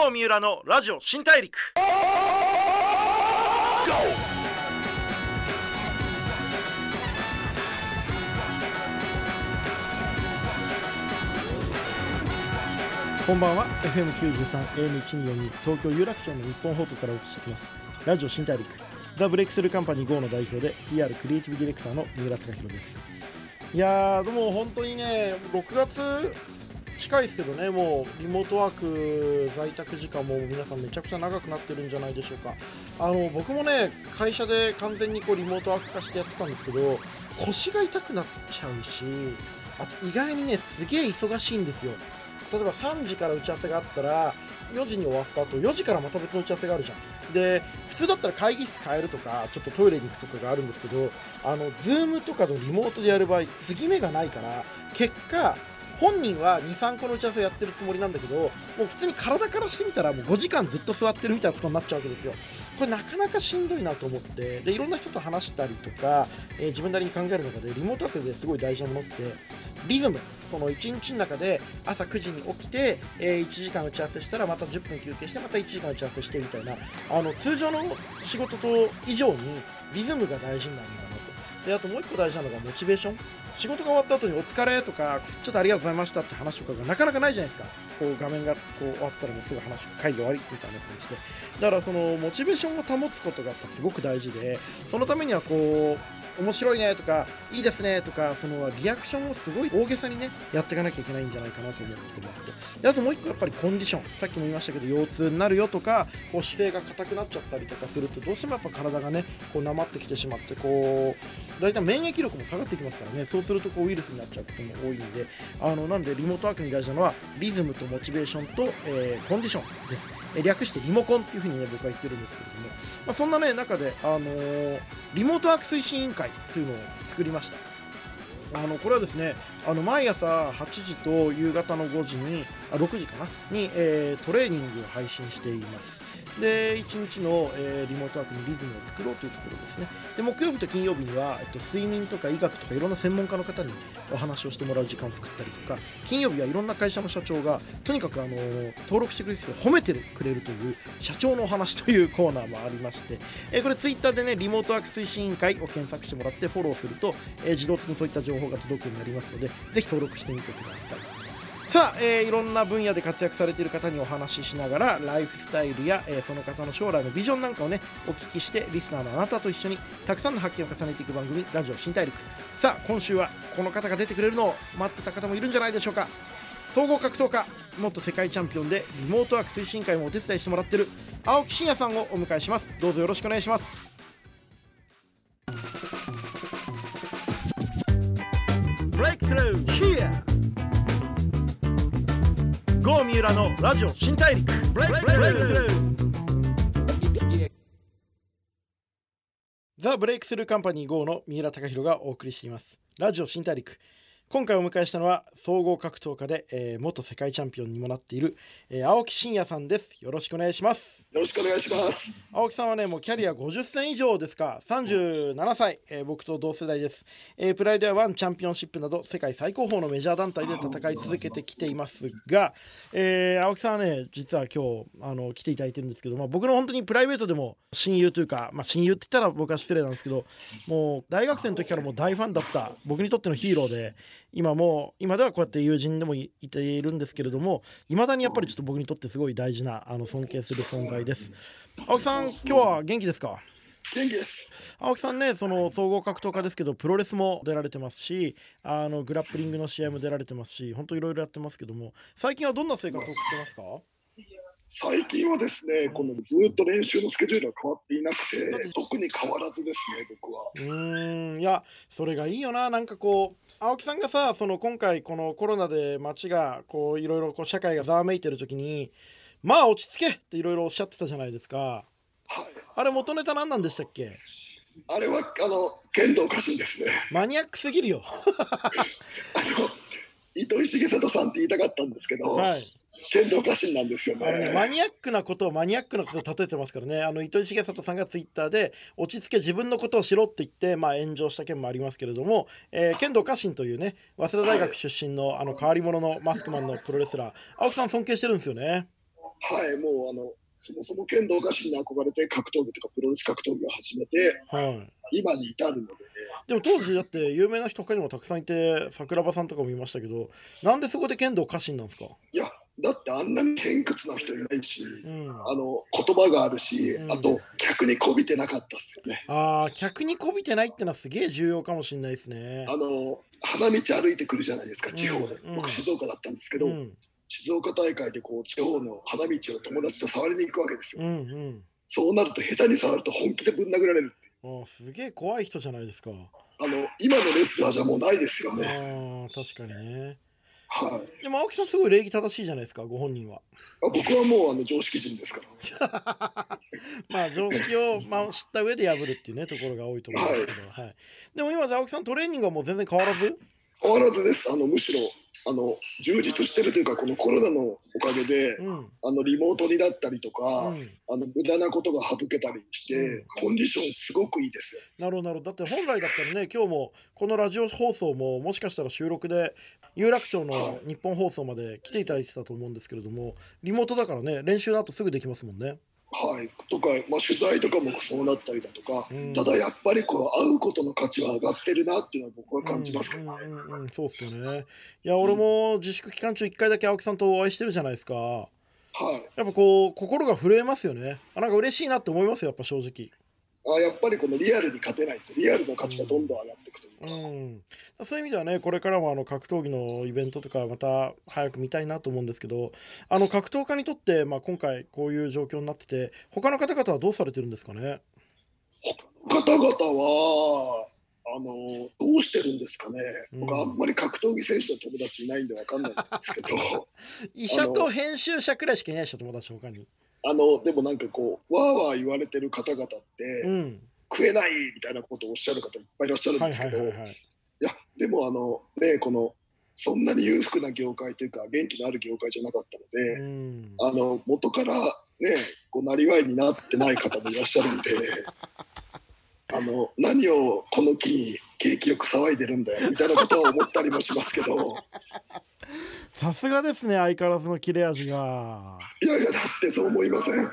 郷三浦のラジオ新大陸。こんばんは。 FM93AM1242 東京有楽町の日本放送からお送りしてきますラジオ新大陸、ザ・ブレイクスルーカンパニー GO の代表で TR クリエイティブディレクターの三浦貴大です。いやー、でも本当にね、6月近いですけどね、もうリモートワーク在宅時間も皆さんめちゃくちゃ長くなってるんじゃないでしょうか。僕もね、会社で完全にリモートワーク化してやってたんですけど、腰が痛くなっちゃうし、あと意外にね、すげえ忙しいんですよ。例えば3時から打ち合わせがあったら4時に終わった後4時からまた別の打ち合わせがあるじゃん。で、普通だったら会議室変えるとかちょっとトイレに行くとかがあるんですけど、Zoom とかのリモートでやる場合継ぎ目がないから、結果本人は 2,3 個の打ち合わせをやってるつもりなんだけど、もう普通に体からしてみたらもう5時間ずっと座ってるみたいなことになっちゃうわけですよ。これなかなかしんどいなと思って、でいろんな人と話したりとか、自分なりに考える中でリモートワークですごい大事なものってリズム。その1日の中で朝9時に起きて、1時間打ち合わせしたらまた10分休憩してまた1時間打ち合わせしてみたいな、通常の仕事と以上にリズムが大事になるんだなと。であともう一個大事なのがモチベーション。仕事が終わった後にお疲れとかちょっとありがとうございましたって話とかがなかなかないじゃないですか。画面が終わったらもうすぐ会議終わりみたいな感じで、だからそのモチベーションを保つことがやっぱすごく大事で、そのためには面白いねとかいいですねとか、そのリアクションをすごい大げさにねやっていかなきゃいけないんじゃないかなと思ってますと。であともう一個やっぱりコンディション、さっきも言いましたけど腰痛になるよとか、姿勢が硬くなっちゃったりとかするとどうしてもやっぱ体がねなまってきてしまってだいたい免疫力も下がってきますからね。そうするとウイルスになっちゃうことも多いんで、なんでリモートワークに大事なのはリズムとモチベーションと、コンディションです。略してリモコンっていう風にね僕は言ってるんですけれども、そんなね中で、リモートワーク推進委員会というのを作りました。これはですね、毎朝8時と夕方の5時に6時かなに、トレーニングを配信しています。で1日の、リモートワークにリズムを作ろうというところですね。で木曜日と金曜日には、睡眠とか医学とかいろんな専門家の方にお話をしてもらう時間を作ったりとか、金曜日はいろんな会社の社長がとにかく登録してくれる人を褒めてくれるという社長のお話というコーナーもありまして、これツイッターでねリモートワーク推進委員会を検索してもらってフォローすると、自動的にそういった情報が届くようになりますので、ぜひ登録してみてください。さあ、いろんな分野で活躍されている方にお話ししながらライフスタイルや、その方の将来のビジョンなんかをねお聞きして、リスナーのあなたと一緒にたくさんの発見を重ねていく番組ラジオ新大陸。さあ今週はこの方が出てくれるのを待ってた方もいるんじゃないでしょうか。総合格闘家、元世界チャンピオンでリモートワーク推進会もお手伝いしてもらっている青木真也さんをお迎えします。どうぞよろしくお願いします。ブレイクスルー Here 郷三浦のラジオ新大陸。ブレイクスルーザ・ブレイクスルーカンパニー GO の三浦貴大がお送りしていますラジオ新大陸。今回お迎えしたのは総合格闘家で、元世界チャンピオンにもなっている、青木真也さんです。よろしくお願いします。 よろしくお願いします。 青木さんはねもうキャリア50戦以上ですか。37歳、僕と同世代です。プライドやワンチャンピオンシップなど世界最高峰のメジャー団体で戦い続けてきていますが、青木さんはね実は今日来ていただいてるんですけど、僕の本当にプライベートでも親友というか、親友って言ったら僕は失礼なんですけど、もう大学生の時からもう大ファンだった僕にとってのヒーローで、今ではこうやって友人でもいているんですけれども、未だにやっぱりちょっと僕にとってすごい大事な尊敬する存在です。青木さん今日は元気ですか？ 元気です。 青木さんね、その総合格闘家ですけどプロレスも出られてますし、グラップリングの試合も出られてますし、本当いろいろやってますけども、最近はどんな生活を送ってますか？ 最近はですね、ずっと練習のスケジュールが変わっていなくて、特に変わらずですね、僕は。 いやそれがいいよな。なんか青木さんがさ、今回このコロナで街がいろいろ社会がざわめいてる時に、落ち着けっていろいろおっしゃってたじゃないですか。 はい。 あれ元ネタ何なんでしたっけ？ あれは剣道家臣ですね。 マニアックすぎるよ糸井重里さんって言いたかったんですけど、 はい、 剣道家臣なんですよね。 マニアックなことを例えてますからね。糸井重里さんがツイッターで落ち着け自分のことをしろって言って、炎上した件もありますけれども、剣道家臣というね早稲田大学出身の変わり者のマスクマンのプロレスラー、青木さん尊敬してるんですよね。 はい、もうそもそも剣道家臣に憧れて格闘技とかプロレス格闘技を始めて、 はい。 今に至るのでね。 でも当時だって有名な人他にもたくさんいて、桜庭さんとかもいましたけど、なんでそこで剣道家臣なんですか？ いや、だってあんなに偏屈な人いないし、 うん。 言葉があるし、 うんあと客に媚びてなかったっすよね。 ああ、客に媚びてないってのはすげえ重要かもしれないですね。 花道歩いてくるじゃないですか、 うん地方で。 うん僕、静岡だったんですけど、 うん。 静岡大会でこう地方の花道を友達と触りに行くわけですよ。 うんうん。 そうなると、下手に触ると本気でぶん殴られる。 ああ、すげえ怖い人じゃないですか。 今のレスラーじゃもうないですよね。 ああ、確かにね。 はい。 でも青木さんすごい礼儀正しいじゃないですか、ご本人は。 僕はもう常識人ですかまあ常識を、知った上で破るっていうねところが多いと思うんら。はい。 ですけど、はい。でも今じゃあ青木さんトレーニングはもう全然変わらず？ 変わらずです。むしろ充実してるというか、このコロナのおかげで、 うん。 リモートになったりとか、 うん。 無駄なことが省けたりして、 うんコンディションすごくいいですよ。 なるほどなるほど。だって本来だったらね、今日もこのラジオ放送ももしかしたら収録で有楽町の日本放送まで来ていただいてたと思うんですけれども、リモートだからね、練習の後すぐできますもんね。 はい、とか、取材とかもそうなったりだとか、 うんただやっぱりこう会うことの価値は上がってるなっていうのは僕は感じますけどね。 そうっすよね。いや、俺も自粛期間中1回だけ青木さんとお会いしてるじゃないですか。 はい、 やっぱこう心が震えますよね。なんか嬉しいなって思いますよ、やっぱ正直。 やっぱりこのリアルに勝てないですよ。リアルの価値がどんどん上がっていくというか。 そういう意味ではね、これからも格闘技のイベントとかまた早く見たいなと思うんですけど、格闘家にとって、今回こういう状況になってて、他の方々はどうされてるんですかね。 他の方々はどうしてるんですかね。僕あんまり格闘技選手の友達いないんでわかんないんですけど医者と編集者くらいしかいないでしょ、友達他に。 でもなんかこうわーわー言われてる方々って、食えないみたいなことをおっしゃる方いっぱいいらっしゃるんですけど、いやでもこのそんなに裕福な業界というか元気のある業界じゃなかったので、元からねこうなりわいになってない方もいらっしゃるんで何をこの機に景気よく騒いでるんだよみたいなことは思ったりもしますけどさすがですね、相変わらずの切れ味が。 いやいや、だってそう思いません。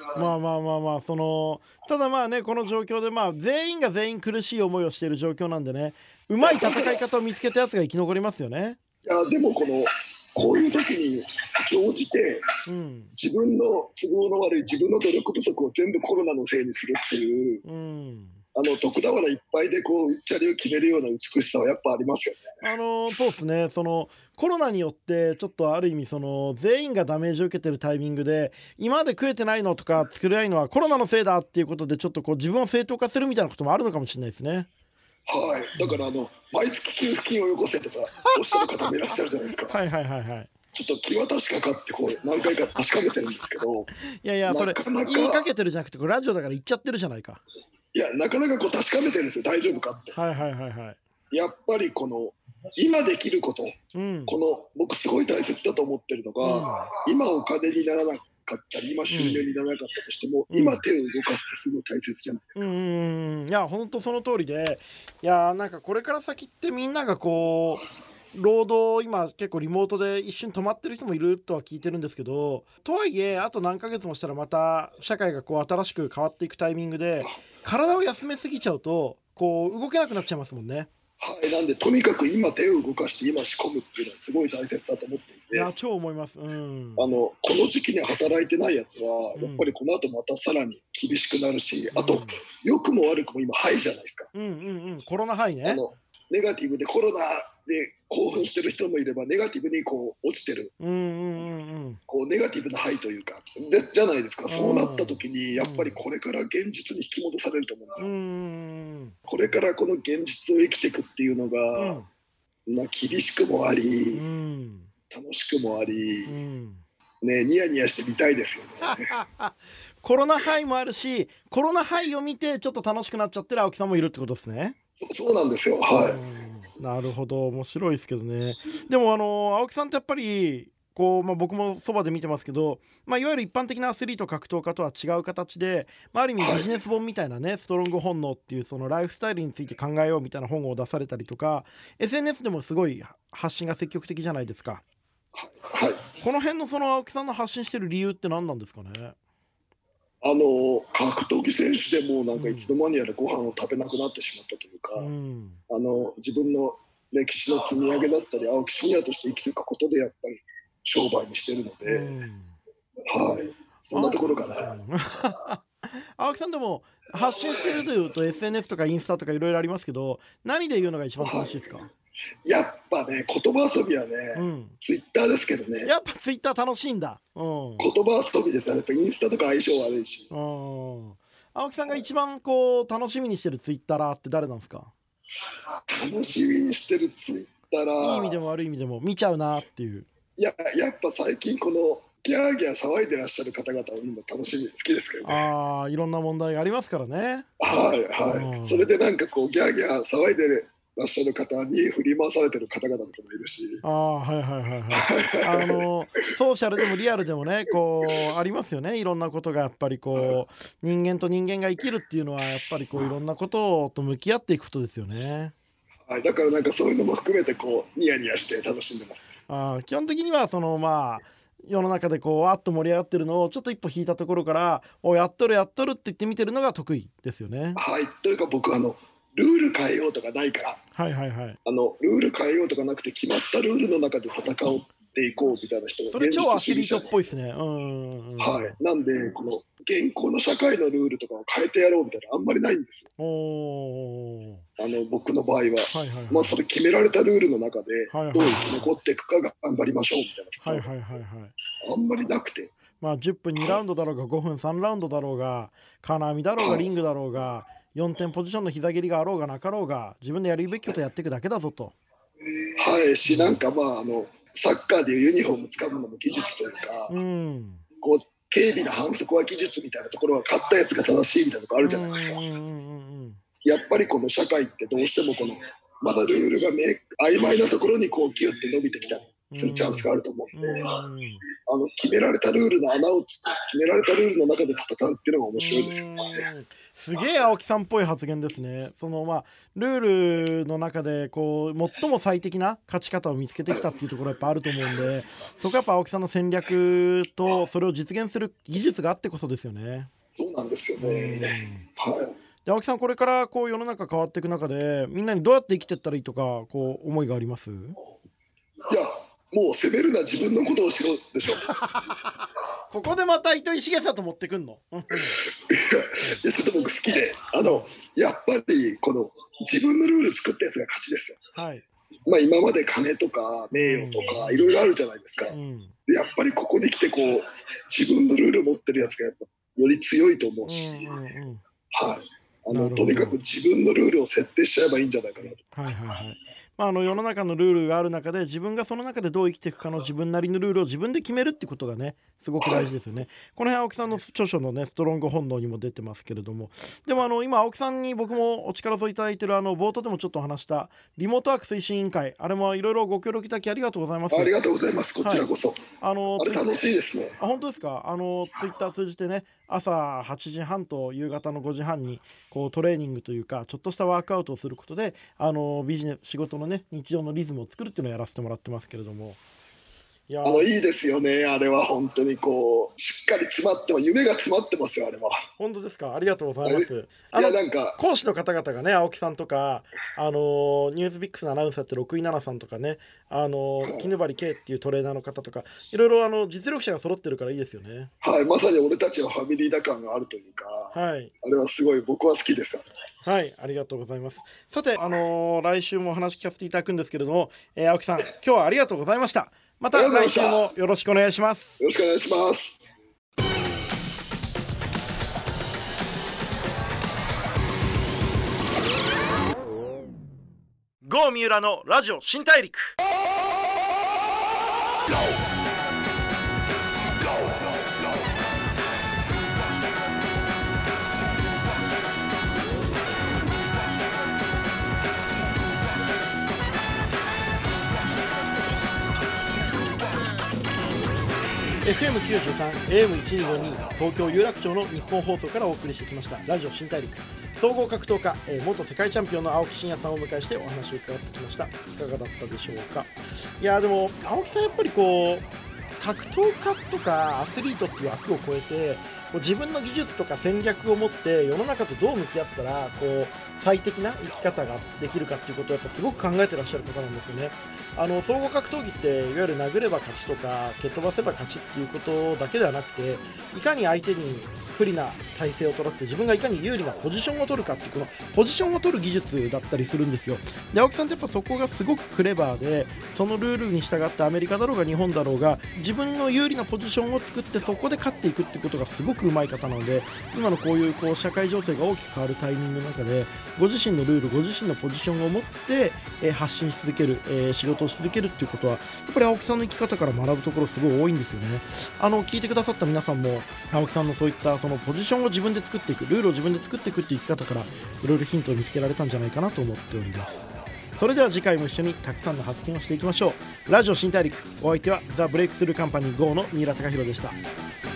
ただまあね、この状況で全員が全員苦しい思いをしている状況なんでね、うまい戦い方を見つけたやつが生き残りますよね。 いやでもこういう時に乗じて、自分の都合の悪い自分の努力不足を全部コロナのせいにするっていう、徳俵いっぱいでこうチャリを決めるような美しさはやっぱありますよね。 そうですね。コロナによってちょっとある意味全員がダメージを受けてるタイミングで、今まで食えてないのとか作れないのはコロナのせいだっていうことで、ちょっとこう自分を正当化するみたいなこともあるのかもしれないですね。 はい、だから毎月給付金をよこせとかおっしゃる方もいらっしゃるじゃないですか。ちょっと気渡しかかってこう何回か確かめてるんですけど、 いやいや、それ言いかけてるじゃなくて、これラジオだから言っちゃってるじゃないか。 いや、なかなかこう確かめてるんですよ、大丈夫かって。やっぱりこの今できること、この僕すごい大切だと思ってるのが、今お金にならなかったり今収入にならなかったとしても、今手を動かすってすごい大切じゃないですか。 いや本当その通りで、いやなんかこれから先ってみんながこう労働今結構リモートで一瞬止まってる人もいるとは聞いてるんですけど、とはいえあと何ヶ月もしたらまた社会がこう新しく変わっていくタイミングで、体を休めすぎちゃうとこう動けなくなっちゃいますもんね。 はい、なんでとにかく今手を動かして今仕込むっていうのはすごい大切だと思っていて、 いや超思います。この時期に働いてないやつはやっぱりこの後またさらに厳しくなるし、あと良くも悪くも今ハイじゃないですか。 コロナハイね。 ネガティブでコロナで興奮してる人もいればネガティブにこう落ちてる、こうネガティブなハイというかじゃないですか。そうなった時にやっぱりこれから現実に引き戻されると思うんですよ。これからこの現実を生きていくっていうのが、厳しくもあり、楽しくもあり、ニヤニヤしてみたいですよね。 コロナハイもあるし、コロナハイを見てちょっと楽しくなっちゃってる青木さんもいるってことですね。 そうなんですよ。 なるほど、面白いですけどね。でも青木さんってやっぱりこう、僕もそばで見てますけど、いわゆる一般的なアスリート格闘家とは違う形で、ある意味ビジネス本みたいなね、ストロング本能っていうそのライフスタイルについて考えようみたいな本を出されたりとか、 SNS でもすごい発信が積極的じゃないですか。 はい、 この辺のその青木さんの発信してる理由って何なんですかね。 格闘技選手でもなんかいつの間にやらご飯を食べなくなってしまったというか、自分の歴史の積み上げだったり青木真也として生きていくことでやっぱり商売にしてるので、はい、そんなところかな。 青木さんでも発信してるというと SNS とかインスタとかいろいろありますけど、何で言うのが一番楽しいですか。 やっぱね、言葉遊びはね、ツイッターですけどね。 やっぱツイッター楽しいんだ。 言葉遊びですよ。やっぱインスタとか相性悪いし。 青木さんが一番こう楽しみにしてるツイッターって誰なんですか。 楽しみにしてるツイッター、 いい意味でも悪い意味でも見ちゃうなっていう。 やっぱ最近このギャーギャー騒いでらっしゃる方々を見るの楽しみ、好きですけどね。 いろんな問題がありますからね。 それでなんかこうギャーギャー騒いでらっしゃる方に振り回されてる方々とかもいるし、 ソーシャルでもリアルでもね、こうありますよね。いろんなことがやっぱりこう人間と人間が生きるっていうのはやっぱりこういろんなことと向き合っていくことですよね。 だからなんかそういうのも含めてこうニヤニヤして楽しんでます。 基本的にはその世の中でこうわっと盛り上がってるのをちょっと一歩引いたところからやっとるって言って見てるのが得意ですよね。 というか僕ルール変えようとかないから、ルール変えようとかなくて決まったルールの中で戦っていこうみたいな人が、 それ超アスリートっぽいですね。 なんでこの現行の社会のルールとかを変えてやろうみたいなあんまりないんですよ。僕の場合は、それ決められたルールの中でどう生き残っていくかが頑張りましょうみたいなスタンスあんまりなくて、 10分2ラウンドだろうが5分3ラウンドだろうが金網だろうがリングだろうが4点ポジションの膝蹴りがあろうがなかろうが自分でやるべきことやっていくだけだぞと。 なんかサッカーでいうユニフォーム使うのも技術というか、こう軽微な反則は技術みたいなところは勝ったやつが正しいみたいなところあるじゃないですか。やっぱりこの社会ってどうしてもこのまだルールが曖昧なところにこうギュッて伸びてきたりするチャンスがあると思うんで、決められたルールの穴をつく、決められたルールの中で戦うっていうのが面白いですよね。 すげえ青木さんっぽい発言ですね。そのルールの中でこう最も最適な勝ち方を見つけてきたっていうところはやっぱあると思うんで、そこはやっぱ青木さんの戦略とそれを実現する技術があってこそですよね。 そうなんですよね。 で青木さん、これからこう世の中変わっていく中でみんなにどうやって生きていったらいいとかこう思いがあります？ いや、もう責めるな、自分のことをしろでしょ。 ここでまた糸井重里持ってくんの？いやちょっと僕好きで、やっぱりこの自分のルール作ったやつが勝ちですよ。今まで金とか名誉とかいろいろあるじゃないですか。やっぱりここに来てこう自分のルール持ってるやつがやっぱより強いと思うし、とにかく自分のルールを設定しちゃえばいいんじゃないかなと。 世の中のルールがある中で自分がその中でどう生きていくかの自分なりのルールを自分で決めるってことがねすごく大事ですよね。この辺青木さんの著書のねストロング本能にも出てますけれども、でも今青木さんに僕もお力添えいただいてる冒頭でもちょっと話したリモートワーク推進委員会、あれもいろいろご協力いただきありがとうございます。 ありがとうございます。こちらこそ、あれ楽しいですね。 本当ですか。ツイッター通じてね朝8時半と夕方の5時半にこうトレーニングというかちょっとしたワークアウトをすることでビジネス仕事のね日常のリズムを作るっていうのをやらせてもらってますけれども、 いいですよね。あれは本当にこうしっかり詰まって夢が詰まってますよ。あれは本当ですか。ありがとうございます。 なんか講師の方々がね青木さんとかニュースビックスのアナウンサーって六井奈々さんとかね絹張圭っていうトレーナーの方とかいろいろ実力者が揃ってるからいいですよね。 まさに俺たちのファミリーだ感があるというか、あれはすごい僕は好きです。 ありがとうございます。さて来週もお話聞かせていただくんですけれども、青木さん今日はありがとうございました。また来週もよろしくお願いします。 よろしくお願いします。 郷三浦のラジオ新大陸。FM93 AM1252 東京有楽町の日本放送からお送りしてきましたラジオ新大陸。 総合格闘家、元世界チャンピオンの青木真也さんをお迎えしてお話を伺ってきました。いかがだったでしょうか。いやでも青木さんやっぱりこう格闘家とかアスリートっていう枠を超えてこう自分の技術とか戦略を持って世の中とどう向き合ったらこう最適な生き方ができるかっていうことをやっぱすごく考えてらっしゃる方なんですよね。総合格闘技っていわゆる殴れば勝ちとか蹴っ飛ばせば勝ちっていうことだけではなくて、いかに相手に不利な体勢を取らせて自分がいかに有利なポジションを取るかっていうこのポジションを取る技術だったりするんですよ。で青木さんってやっぱそこがすごくクレバーで、そのルールに従ってアメリカだろうが日本だろうが自分の有利なポジションを作ってそこで勝っていくっていうことがすごく上手い方なので、今のこういう社会情勢が大きく変わるタイミングの中でご自身のルールご自身のポジションを持って、発信し続ける、仕事をし続けるっていうことはやっぱり青木さんの生き方から学ぶところすごい多いんですよね。聞いてくださった皆さんも青木さんのそういったそのポジションを自分で作っていく、ルールを自分で作っていくっていう生き方からいろいろヒントを見つけられたんじゃないかなと思っております。それでは次回も一緒にたくさんの発見をしていきましょう。ラジオ新大陸、お相手はザ・ブレイクスルーカンパニー GO の三浦貴大でした。